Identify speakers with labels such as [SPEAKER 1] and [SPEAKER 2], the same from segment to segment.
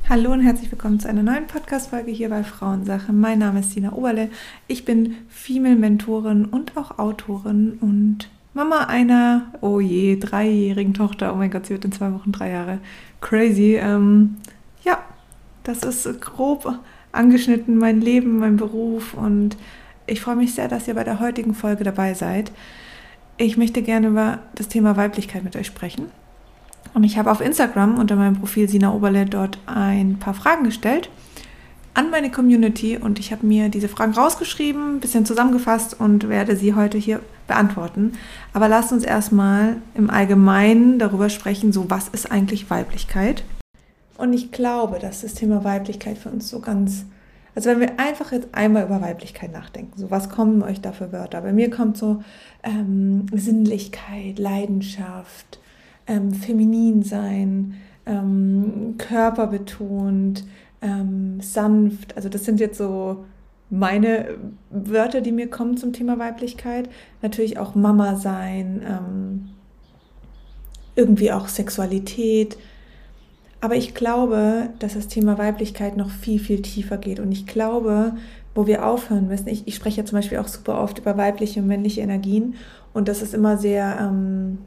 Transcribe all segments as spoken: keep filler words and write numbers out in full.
[SPEAKER 1] Hallo und herzlich willkommen zu einer neuen Podcast-Folge hier bei Frauensache. Mein Name ist Sina Oberle. Ich bin Female-Mentorin und auch Autorin und Mama einer, oh je, dreijährigen Tochter. Oh mein Gott, sie wird in zwei Wochen drei Jahre. Crazy. Ähm, ja, das ist grob angeschnitten mein Leben, mein Beruf und ich freue mich sehr, dass ihr bei der heutigen Folge dabei seid. Ich möchte gerne über das Thema Weiblichkeit mit euch sprechen. Und ich habe auf Instagram unter meinem Profil Sina Oberle dort ein paar Fragen gestellt an meine Community und ich habe mir diese Fragen rausgeschrieben, ein bisschen zusammengefasst und werde sie heute hier beantworten. Aber lasst uns erstmal im Allgemeinen darüber sprechen, so was ist eigentlich Weiblichkeit? Und ich glaube, dass das Thema Weiblichkeit für uns so ganz, also wenn wir einfach jetzt einmal über Weiblichkeit nachdenken, so was kommen euch da für Wörter? Bei mir kommt so ähm, Sinnlichkeit, Leidenschaft, Ähm, feminin sein, ähm, körperbetont, ähm, sanft. Also das sind jetzt so meine Wörter, die mir kommen zum Thema Weiblichkeit. Natürlich auch Mama sein, ähm, irgendwie auch Sexualität. Aber ich glaube, dass das Thema Weiblichkeit noch viel, viel tiefer geht. Und ich glaube, wo wir aufhören müssen, ich, ich spreche ja zum Beispiel auch super oft über weibliche und männliche Energien und das ist immer sehr Ähm,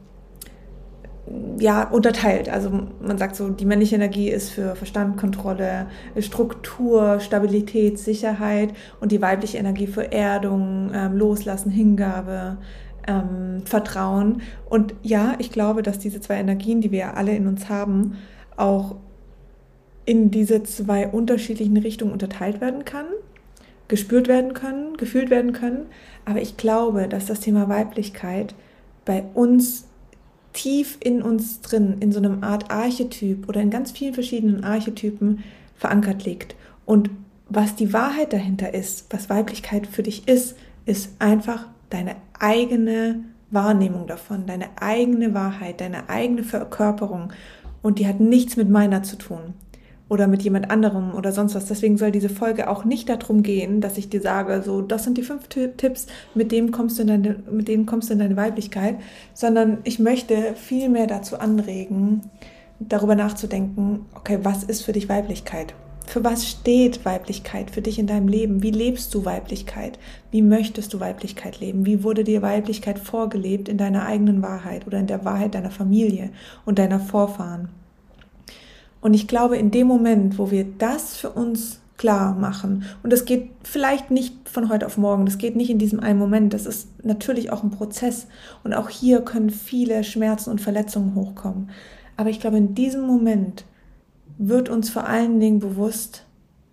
[SPEAKER 1] ja, unterteilt. Also man sagt so, die männliche Energie ist für Verstand, Kontrolle, Struktur, Stabilität, Sicherheit und die weibliche Energie für Erdung, ähm, Loslassen, Hingabe, ähm, Vertrauen. Und ja, ich glaube, dass diese zwei Energien, die wir ja alle in uns haben, auch in diese zwei unterschiedlichen Richtungen unterteilt werden kann, gespürt werden können, gefühlt werden können. Aber ich glaube, dass das Thema Weiblichkeit bei uns tief in uns drin, in so einem Art Archetyp oder in ganz vielen verschiedenen Archetypen verankert liegt. Und was die Wahrheit dahinter ist, was Weiblichkeit für dich ist, ist einfach deine eigene Wahrnehmung davon, deine eigene Wahrheit, deine eigene Verkörperung. Und die hat nichts mit meiner zu tun oder mit jemand anderem oder sonst was. Deswegen soll diese Folge auch nicht darum gehen, dass ich dir sage, so, das sind die fünf Tipps, mit denen kommst du in deine, mit denen kommst du in deine Weiblichkeit, sondern ich möchte viel mehr dazu anregen, darüber nachzudenken, okay, was ist für dich Weiblichkeit? Für was steht Weiblichkeit für dich in deinem Leben? Wie lebst du Weiblichkeit? Wie möchtest du Weiblichkeit leben? Wie wurde dir Weiblichkeit vorgelebt in deiner eigenen Wahrheit oder in der Wahrheit deiner Familie und deiner Vorfahren? Und ich glaube, in dem Moment, wo wir das für uns klar machen, und das geht vielleicht nicht von heute auf morgen, das geht nicht in diesem einen Moment, das ist natürlich auch ein Prozess. Und auch hier können viele Schmerzen und Verletzungen hochkommen. Aber ich glaube, in diesem Moment wird uns vor allen Dingen bewusst,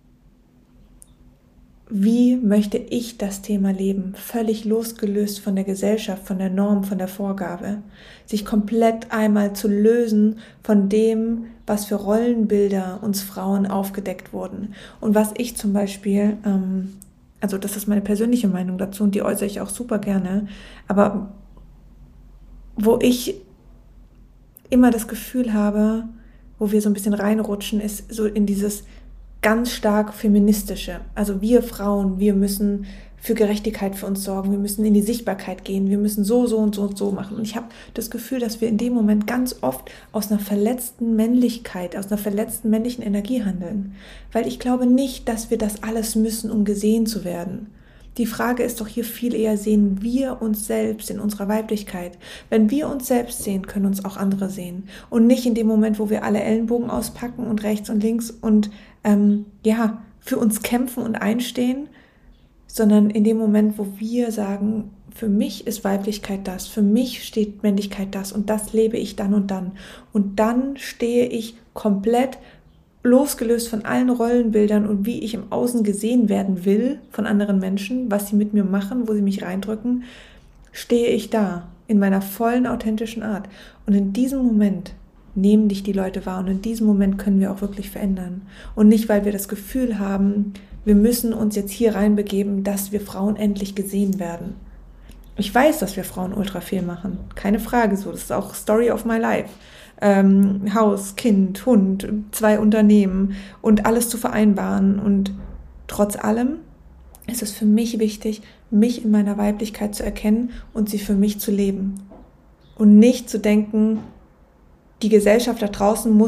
[SPEAKER 1] wie möchte ich das Thema leben, völlig losgelöst von der Gesellschaft, von der Norm, von der Vorgabe, sich komplett einmal zu lösen von dem, was für Rollenbilder uns Frauen aufgedeckt wurden. Und was ich zum Beispiel, ähm, also das ist meine persönliche Meinung dazu und die äußere ich auch super gerne, aber wo ich immer das Gefühl habe, wo wir so ein bisschen reinrutschen, ist so in dieses ganz stark feministische. Also wir Frauen, wir müssen für Gerechtigkeit für uns sorgen, wir müssen in die Sichtbarkeit gehen, wir müssen so, so und so und so machen. Und ich habe das Gefühl, dass wir in dem Moment ganz oft aus einer verletzten Männlichkeit, aus einer verletzten männlichen Energie handeln. Weil ich glaube nicht, dass wir das alles müssen, um gesehen zu werden. Die Frage ist doch hier viel eher, sehen wir uns selbst in unserer Weiblichkeit? Wenn wir uns selbst sehen, können uns auch andere sehen. Und nicht in dem Moment, wo wir alle Ellenbogen auspacken und rechts und links und ähm, ja, für uns kämpfen und einstehen, sondern in dem Moment, wo wir sagen, für mich ist Weiblichkeit das, für mich steht Männlichkeit das und das lebe ich dann und dann. Und dann stehe ich komplett losgelöst von allen Rollenbildern und wie ich im Außen gesehen werden will von anderen Menschen, was sie mit mir machen, wo sie mich reindrücken, stehe ich da in meiner vollen, authentischen Art. Und in diesem Moment nehmen dich die Leute wahr und in diesem Moment können wir auch wirklich verändern. Und nicht, weil wir das Gefühl haben, wir müssen uns jetzt hier reinbegeben, dass wir Frauen endlich gesehen werden. Ich weiß, dass wir Frauen ultra viel machen. Keine Frage so. Das ist auch Story of my life. Ähm, Haus, Kind, Hund, zwei Unternehmen und alles zu vereinbaren. Und trotz allem ist es für mich wichtig, mich in meiner Weiblichkeit zu erkennen und sie für mich zu leben. Und nicht zu denken, die Gesellschaft da draußen muss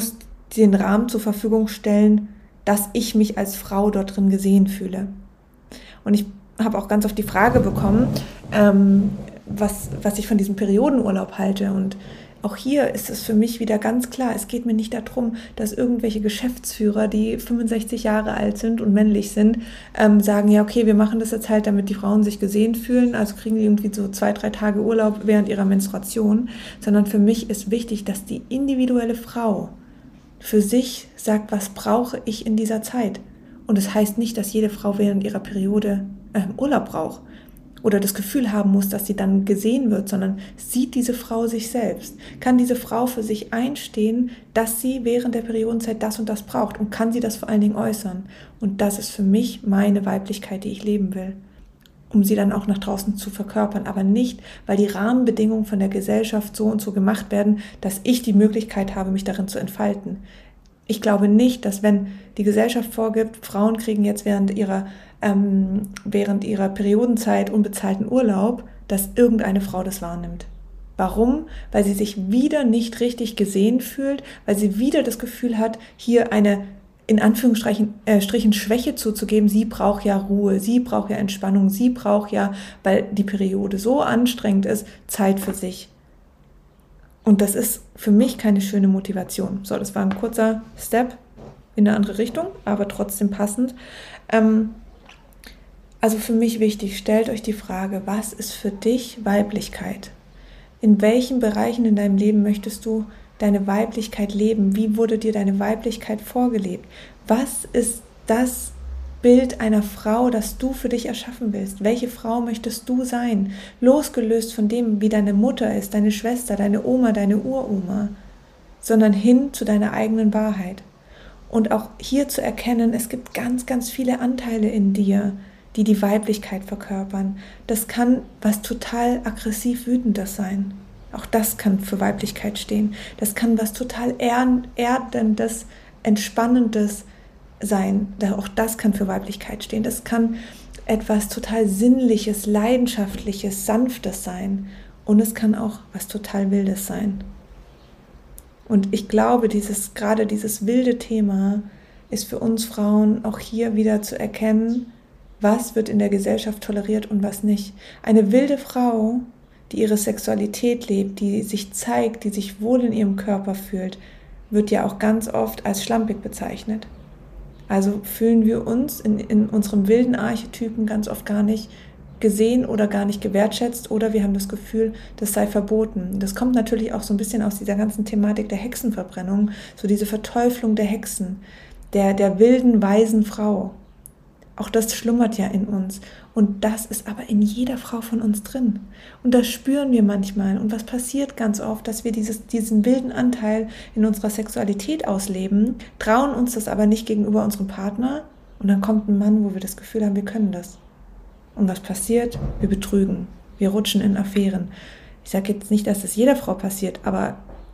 [SPEAKER 1] den Rahmen zur Verfügung stellen, dass ich mich als Frau dort drin gesehen fühle. Und ich habe auch ganz oft die Frage bekommen, ähm, was, was ich von diesem Periodenurlaub halte. Und auch hier ist es für mich wieder ganz klar, es geht mir nicht darum, dass irgendwelche Geschäftsführer, die fünfundsechzig Jahre alt sind und männlich sind, ähm, sagen, ja okay, wir machen das jetzt halt, damit die Frauen sich gesehen fühlen, also kriegen die irgendwie so zwei, drei Tage Urlaub während ihrer Menstruation, sondern für mich ist wichtig, dass die individuelle Frau für sich sagt, was brauche ich in dieser Zeit. Und das heißt nicht, dass jede Frau während ihrer Periode äh, Urlaub braucht oder das Gefühl haben muss, dass sie dann gesehen wird, sondern sieht diese Frau sich selbst? Kann diese Frau für sich einstehen, dass sie während der Periodenzeit das und das braucht und kann sie das vor allen Dingen äußern? Und das ist für mich meine Weiblichkeit, die ich leben will, um sie dann auch nach draußen zu verkörpern, aber nicht, weil die Rahmenbedingungen von der Gesellschaft so und so gemacht werden, dass ich die Möglichkeit habe, mich darin zu entfalten. Ich glaube nicht, dass wenn die Gesellschaft vorgibt, Frauen kriegen jetzt während ihrer, ähm, während ihrer Periodenzeit unbezahlten Urlaub, dass irgendeine Frau das wahrnimmt. Warum? Weil sie sich wieder nicht richtig gesehen fühlt, weil sie wieder das Gefühl hat, hier eine in Anführungsstrichen äh, Strichen Schwäche zuzugeben. Sie braucht ja Ruhe, sie braucht ja Entspannung, sie braucht ja, weil die Periode so anstrengend ist, Zeit für sich. Und das ist für mich keine schöne Motivation. So, das war ein kurzer Step in eine andere Richtung, aber trotzdem passend. Ähm, also für mich wichtig, stellt euch die Frage, was ist für dich Weiblichkeit? In welchen Bereichen in deinem Leben möchtest du deine Weiblichkeit leben? Wie wurde dir deine Weiblichkeit vorgelebt? Was ist das Bild einer Frau, das du für dich erschaffen willst? Welche Frau möchtest du sein? Losgelöst von dem, wie deine Mutter ist, deine Schwester, deine Oma, deine Uroma, sondern hin zu deiner eigenen Wahrheit. Und auch hier zu erkennen, es gibt ganz, ganz viele Anteile in dir, die die Weiblichkeit verkörpern. Das kann was total aggressiv Wütendes sein. Auch das kann für Weiblichkeit stehen. Das kann was total Erdendes, Entspannendes sein. Auch das kann für Weiblichkeit stehen. Das kann etwas total Sinnliches, Leidenschaftliches, Sanftes sein. Und es kann auch was total Wildes sein. Und ich glaube, dieses, gerade dieses wilde Thema ist für uns Frauen auch hier wieder zu erkennen, was wird in der Gesellschaft toleriert und was nicht. Eine wilde Frau, die ihre Sexualität lebt, die sich zeigt, die sich wohl in ihrem Körper fühlt, wird ja auch ganz oft als schlampig bezeichnet. Also fühlen wir uns in, in unserem wilden Archetypen ganz oft gar nicht gesehen oder gar nicht gewertschätzt oder wir haben das Gefühl, das sei verboten. Das kommt natürlich auch so ein bisschen aus dieser ganzen Thematik der Hexenverbrennung, so diese Verteuflung der Hexen, der, der wilden, weisen Frau. Auch das schlummert ja in uns und das ist aber in jeder Frau von uns drin. Und das spüren wir manchmal. Und was passiert ganz oft, dass wir dieses, diesen wilden Anteil in unserer Sexualität ausleben, trauen uns das aber nicht gegenüber unserem Partner und dann kommt ein Mann, wo wir das Gefühl haben, wir können das. Und was passiert? Wir betrügen, wir rutschen in Affären. Ich sage jetzt nicht, dass das jeder Frau passiert, aber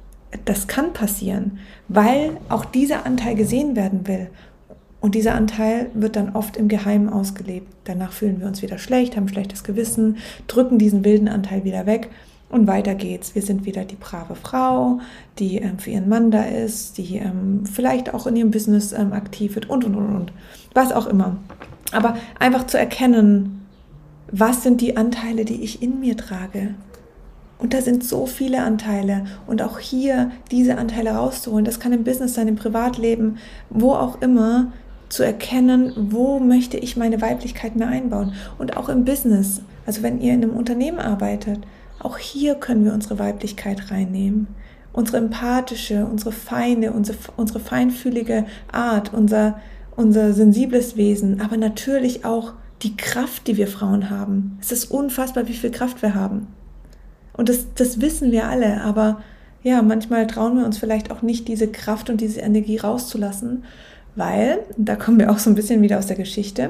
[SPEAKER 1] das kann passieren, weil auch dieser Anteil gesehen werden will. Und dieser Anteil wird dann oft im Geheimen ausgelebt. Danach fühlen wir uns wieder schlecht, haben ein schlechtes Gewissen, drücken diesen wilden Anteil wieder weg und weiter geht's. Wir sind wieder die brave Frau, die ähm, für ihren Mann da ist, die ähm, vielleicht auch in ihrem Business ähm, aktiv wird und, und, und, und. Was auch immer. Aber einfach zu erkennen, was sind die Anteile, die ich in mir trage? Und da sind so viele Anteile. Und auch hier diese Anteile rauszuholen, das kann im Business sein, im Privatleben, wo auch immer, zu erkennen, wo möchte ich meine Weiblichkeit mehr einbauen. Und auch im Business, also wenn ihr in einem Unternehmen arbeitet, auch hier können wir unsere Weiblichkeit reinnehmen. Unsere empathische, unsere feine, unsere, unsere feinfühlige Art, unser, unser sensibles Wesen, aber natürlich auch die Kraft, die wir Frauen haben. Es ist unfassbar, wie viel Kraft wir haben. Und das, das wissen wir alle, aber ja, manchmal trauen wir uns vielleicht auch nicht, diese Kraft und diese Energie rauszulassen, weil, da kommen wir auch so ein bisschen wieder aus der Geschichte,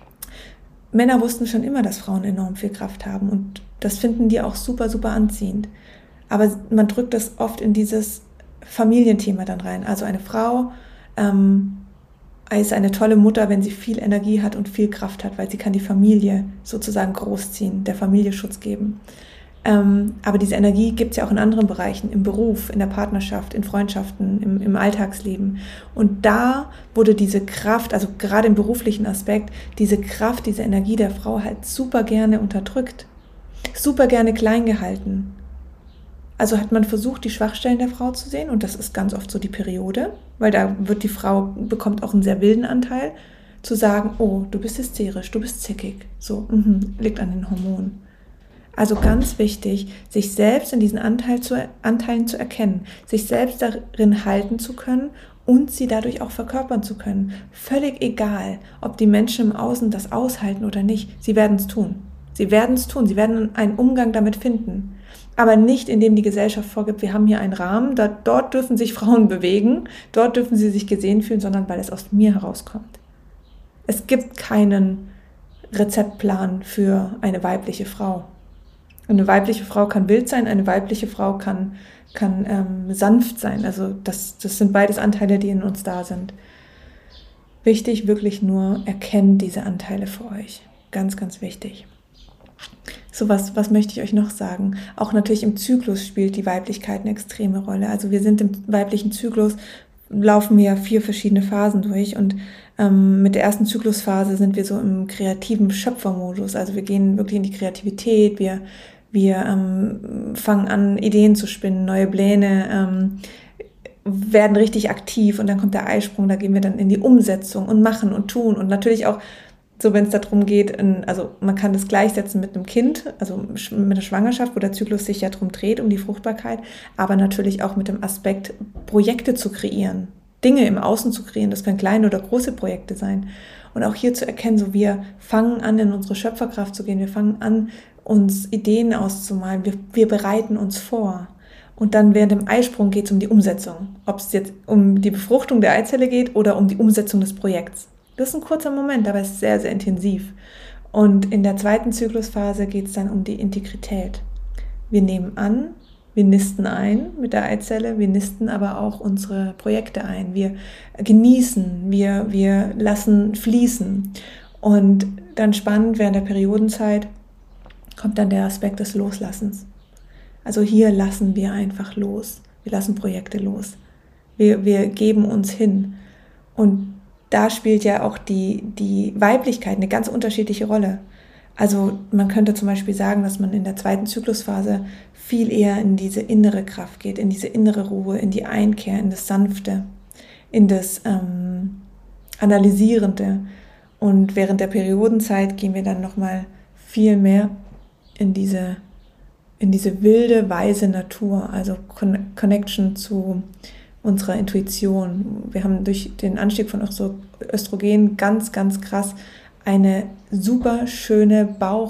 [SPEAKER 1] Männer wussten schon immer, dass Frauen enorm viel Kraft haben und das finden die auch super, super anziehend. Aber man drückt das oft in dieses Familienthema dann rein. Also eine Frau ähm, ist eine tolle Mutter, wenn sie viel Energie hat und viel Kraft hat, weil sie kann die Familie sozusagen großziehen, der Familie Schutz geben. Ähm, aber diese Energie gibt es ja auch in anderen Bereichen, im Beruf, in der Partnerschaft, in Freundschaften, im, im Alltagsleben. Und da wurde diese Kraft, also gerade im beruflichen Aspekt, diese Kraft, diese Energie der Frau halt super gerne unterdrückt, super gerne klein gehalten. Also hat man versucht, die Schwachstellen der Frau zu sehen, und das ist ganz oft so die Periode, weil da wird die Frau, bekommt auch einen sehr wilden Anteil, zu sagen, oh, du bist hysterisch, du bist zickig, so, mh, liegt an den Hormonen. Also ganz wichtig, sich selbst in diesen Anteil zu, Anteilen zu erkennen, sich selbst darin halten zu können und sie dadurch auch verkörpern zu können. Völlig egal, ob die Menschen im Außen das aushalten oder nicht, sie werden es tun. Sie werden es tun, sie werden einen Umgang damit finden. Aber nicht, indem die Gesellschaft vorgibt, wir haben hier einen Rahmen, da, dort dürfen sich Frauen bewegen, dort dürfen sie sich gesehen fühlen, sondern weil es aus mir herauskommt. Es gibt keinen Rezeptplan für eine weibliche Frau. Eine weibliche Frau kann wild sein, eine weibliche Frau kann, kann ähm, sanft sein. Also das, das sind beides Anteile, die in uns da sind. Wichtig, wirklich nur, erkennt diese Anteile für euch. Ganz, ganz wichtig. So, was, was möchte ich euch noch sagen? Auch natürlich im Zyklus spielt die Weiblichkeit eine extreme Rolle. Also wir sind im weiblichen Zyklus, laufen wir ja vier verschiedene Phasen durch, und ähm, mit der ersten Zyklusphase sind wir so im kreativen Schöpfermodus. Also wir gehen wirklich in die Kreativität, wir, wir ähm, fangen an, Ideen zu spinnen, neue Pläne, ähm, werden richtig aktiv, und dann kommt der Eisprung, da gehen wir dann in die Umsetzung und machen und tun, und natürlich auch so, wenn es darum geht, in, also man kann das gleichsetzen mit einem Kind, also mit der Schwangerschaft, wo der Zyklus sich ja drum dreht, um die Fruchtbarkeit, aber natürlich auch mit dem Aspekt, Projekte zu kreieren, Dinge im Außen zu kreieren, das können kleine oder große Projekte sein. Und auch hier zu erkennen, so wir fangen an, in unsere Schöpferkraft zu gehen, wir fangen an, uns Ideen auszumalen, wir, wir bereiten uns vor. Und dann während dem Eisprung geht es um die Umsetzung, ob es jetzt um die Befruchtung der Eizelle geht oder um die Umsetzung des Projekts. Das ist ein kurzer Moment, aber es ist sehr, sehr intensiv. Und in der zweiten Zyklusphase geht es dann um die Integrität. Wir nehmen an, wir nisten ein mit der Eizelle, wir nisten aber auch unsere Projekte ein. Wir genießen, wir, wir lassen fließen. Und dann spannend, während der Periodenzeit kommt dann der Aspekt des Loslassens. Also hier lassen wir einfach los. Wir lassen Projekte los. Wir, wir geben uns hin. Und da spielt ja auch die, die Weiblichkeit eine ganz unterschiedliche Rolle. Also man könnte zum Beispiel sagen, dass man in der zweiten Zyklusphase viel eher in diese innere Kraft geht, in diese innere Ruhe, in die Einkehr, in das Sanfte, in das ähm, Analysierende. Und während der Periodenzeit gehen wir dann nochmal viel mehr in diese, in diese wilde, weise Natur, also Con- Connection zu unserer Intuition. Wir haben durch den Anstieg von Östrogen ganz, ganz krass eine super schöne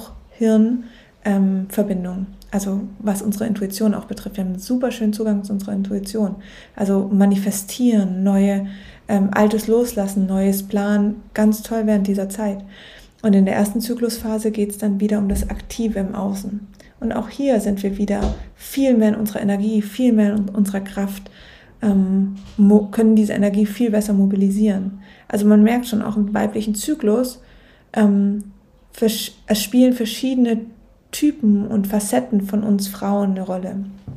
[SPEAKER 1] Bauch-Hirn-Verbindung. Also was unsere Intuition auch betrifft. Wir haben einen super schönen Zugang zu unserer Intuition. Also manifestieren, neue, ähm, Altes loslassen, neues Planen, ganz toll während dieser Zeit. Und in der ersten Zyklusphase geht es dann wieder um das Aktive im Außen. Und auch hier sind wir wieder viel mehr in unserer Energie, viel mehr in unserer Kraft, ähm, können diese Energie viel besser mobilisieren. Also man merkt schon, auch im weiblichen Zyklus, ähm, es spielen verschiedene Typen und Facetten von uns Frauen eine Rolle.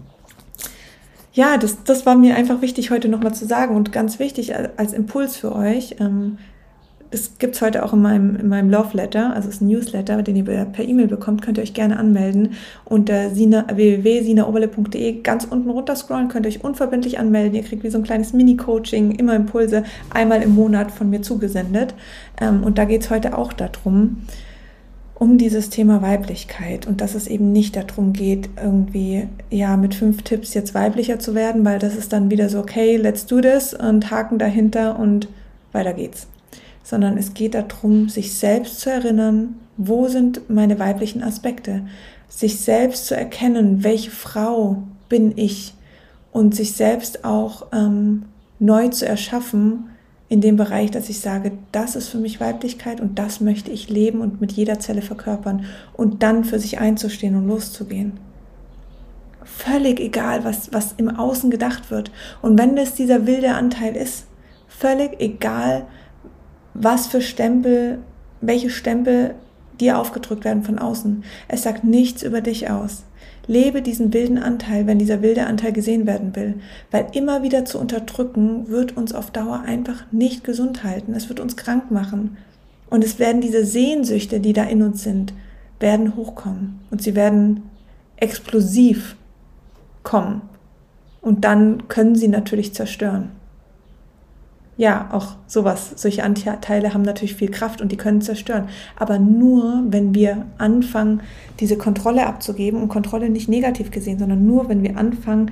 [SPEAKER 1] Ja, das, das war mir einfach wichtig, heute nochmal zu sagen, und ganz wichtig als Impuls für euch. Ähm, Das gibt es heute auch in meinem, in meinem Love Letter, also es ist ein Newsletter, den ihr per E-Mail bekommt, könnt ihr euch gerne anmelden. Unter w w w punkt sina oberle punkt de ganz unten runter scrollen, könnt ihr euch unverbindlich anmelden. Ihr kriegt wie so ein kleines Mini-Coaching, immer Impulse, einmal im Monat von mir zugesendet. Und da geht es heute auch darum, um dieses Thema Weiblichkeit, und dass es eben nicht darum geht, irgendwie ja mit fünf Tipps jetzt weiblicher zu werden, weil das ist dann wieder so, okay, let's do this und Haken dahinter und weiter geht's. Sondern es geht darum, sich selbst zu erinnern, wo sind meine weiblichen Aspekte, sich selbst zu erkennen, welche Frau bin ich, und sich selbst auch ähm, neu zu erschaffen in dem Bereich, dass ich sage, das ist für mich Weiblichkeit und das möchte ich leben und mit jeder Zelle verkörpern, und dann für sich einzustehen und loszugehen. Völlig egal, was, was im Außen gedacht wird. Und wenn das dieser wilde Anteil ist, völlig egal, was für Stempel, welche Stempel dir aufgedrückt werden von außen. Es sagt nichts über dich aus. Lebe diesen wilden Anteil, wenn dieser wilde Anteil gesehen werden will. Weil immer wieder zu unterdrücken, wird uns auf Dauer einfach nicht gesund halten. Es wird uns krank machen. Und es werden diese Sehnsüchte, die da in uns sind, werden hochkommen. Und sie werden explosiv kommen. Und dann können sie natürlich zerstören. Ja, auch sowas, solche Anteile haben natürlich viel Kraft und die können zerstören. Aber nur, wenn wir anfangen, diese Kontrolle abzugeben, und Kontrolle nicht negativ gesehen, sondern nur, wenn wir anfangen,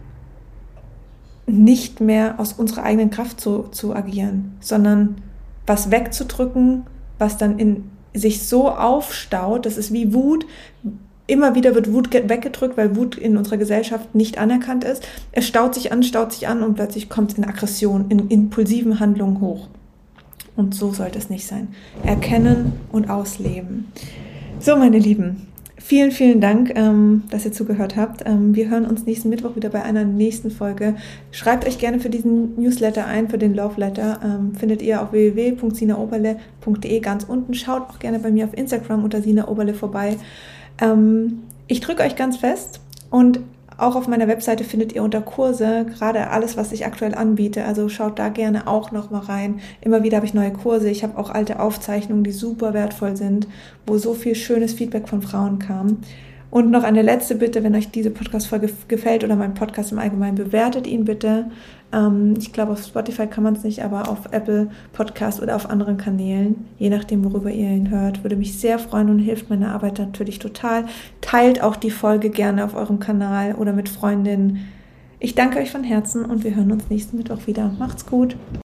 [SPEAKER 1] nicht mehr aus unserer eigenen Kraft zu, zu agieren, sondern was wegzudrücken, was dann in sich so aufstaut, das ist wie Wut. Immer wieder wird Wut weggedrückt, weil Wut in unserer Gesellschaft nicht anerkannt ist. Es staut sich an, staut sich an und plötzlich kommt es in Aggression, in impulsiven Handlungen hoch. Und so sollte es nicht sein. Erkennen und ausleben. So, meine Lieben, vielen, vielen Dank, ähm, dass ihr zugehört habt. Ähm, wir hören uns nächsten Mittwoch wieder bei einer nächsten Folge. Schreibt euch gerne für diesen Newsletter ein, für den Love Letter. Ähm, findet ihr auf w w w punkt sina oberle punkt de ganz unten. Schaut auch gerne bei mir auf Instagram unter Sina Oberle vorbei. Ich drücke euch ganz fest und auch auf meiner Webseite findet ihr unter Kurse gerade alles, was ich aktuell anbiete. Also schaut da gerne auch noch mal rein. Immer wieder habe ich neue Kurse. Ich habe auch alte Aufzeichnungen, die super wertvoll sind, wo so viel schönes Feedback von Frauen kam. Und noch eine letzte Bitte, wenn euch diese Podcast-Folge gefällt oder mein Podcast im Allgemeinen, bewertet ihn bitte. Ähm, ich glaube, auf Spotify kann man es nicht, aber auf Apple Podcast oder auf anderen Kanälen, je nachdem, worüber ihr ihn hört, würde mich sehr freuen und hilft meiner Arbeit natürlich total. Teilt auch die Folge gerne auf eurem Kanal oder mit Freundinnen. Ich danke euch von Herzen und wir hören uns nächsten Mittwoch wieder. Macht's gut!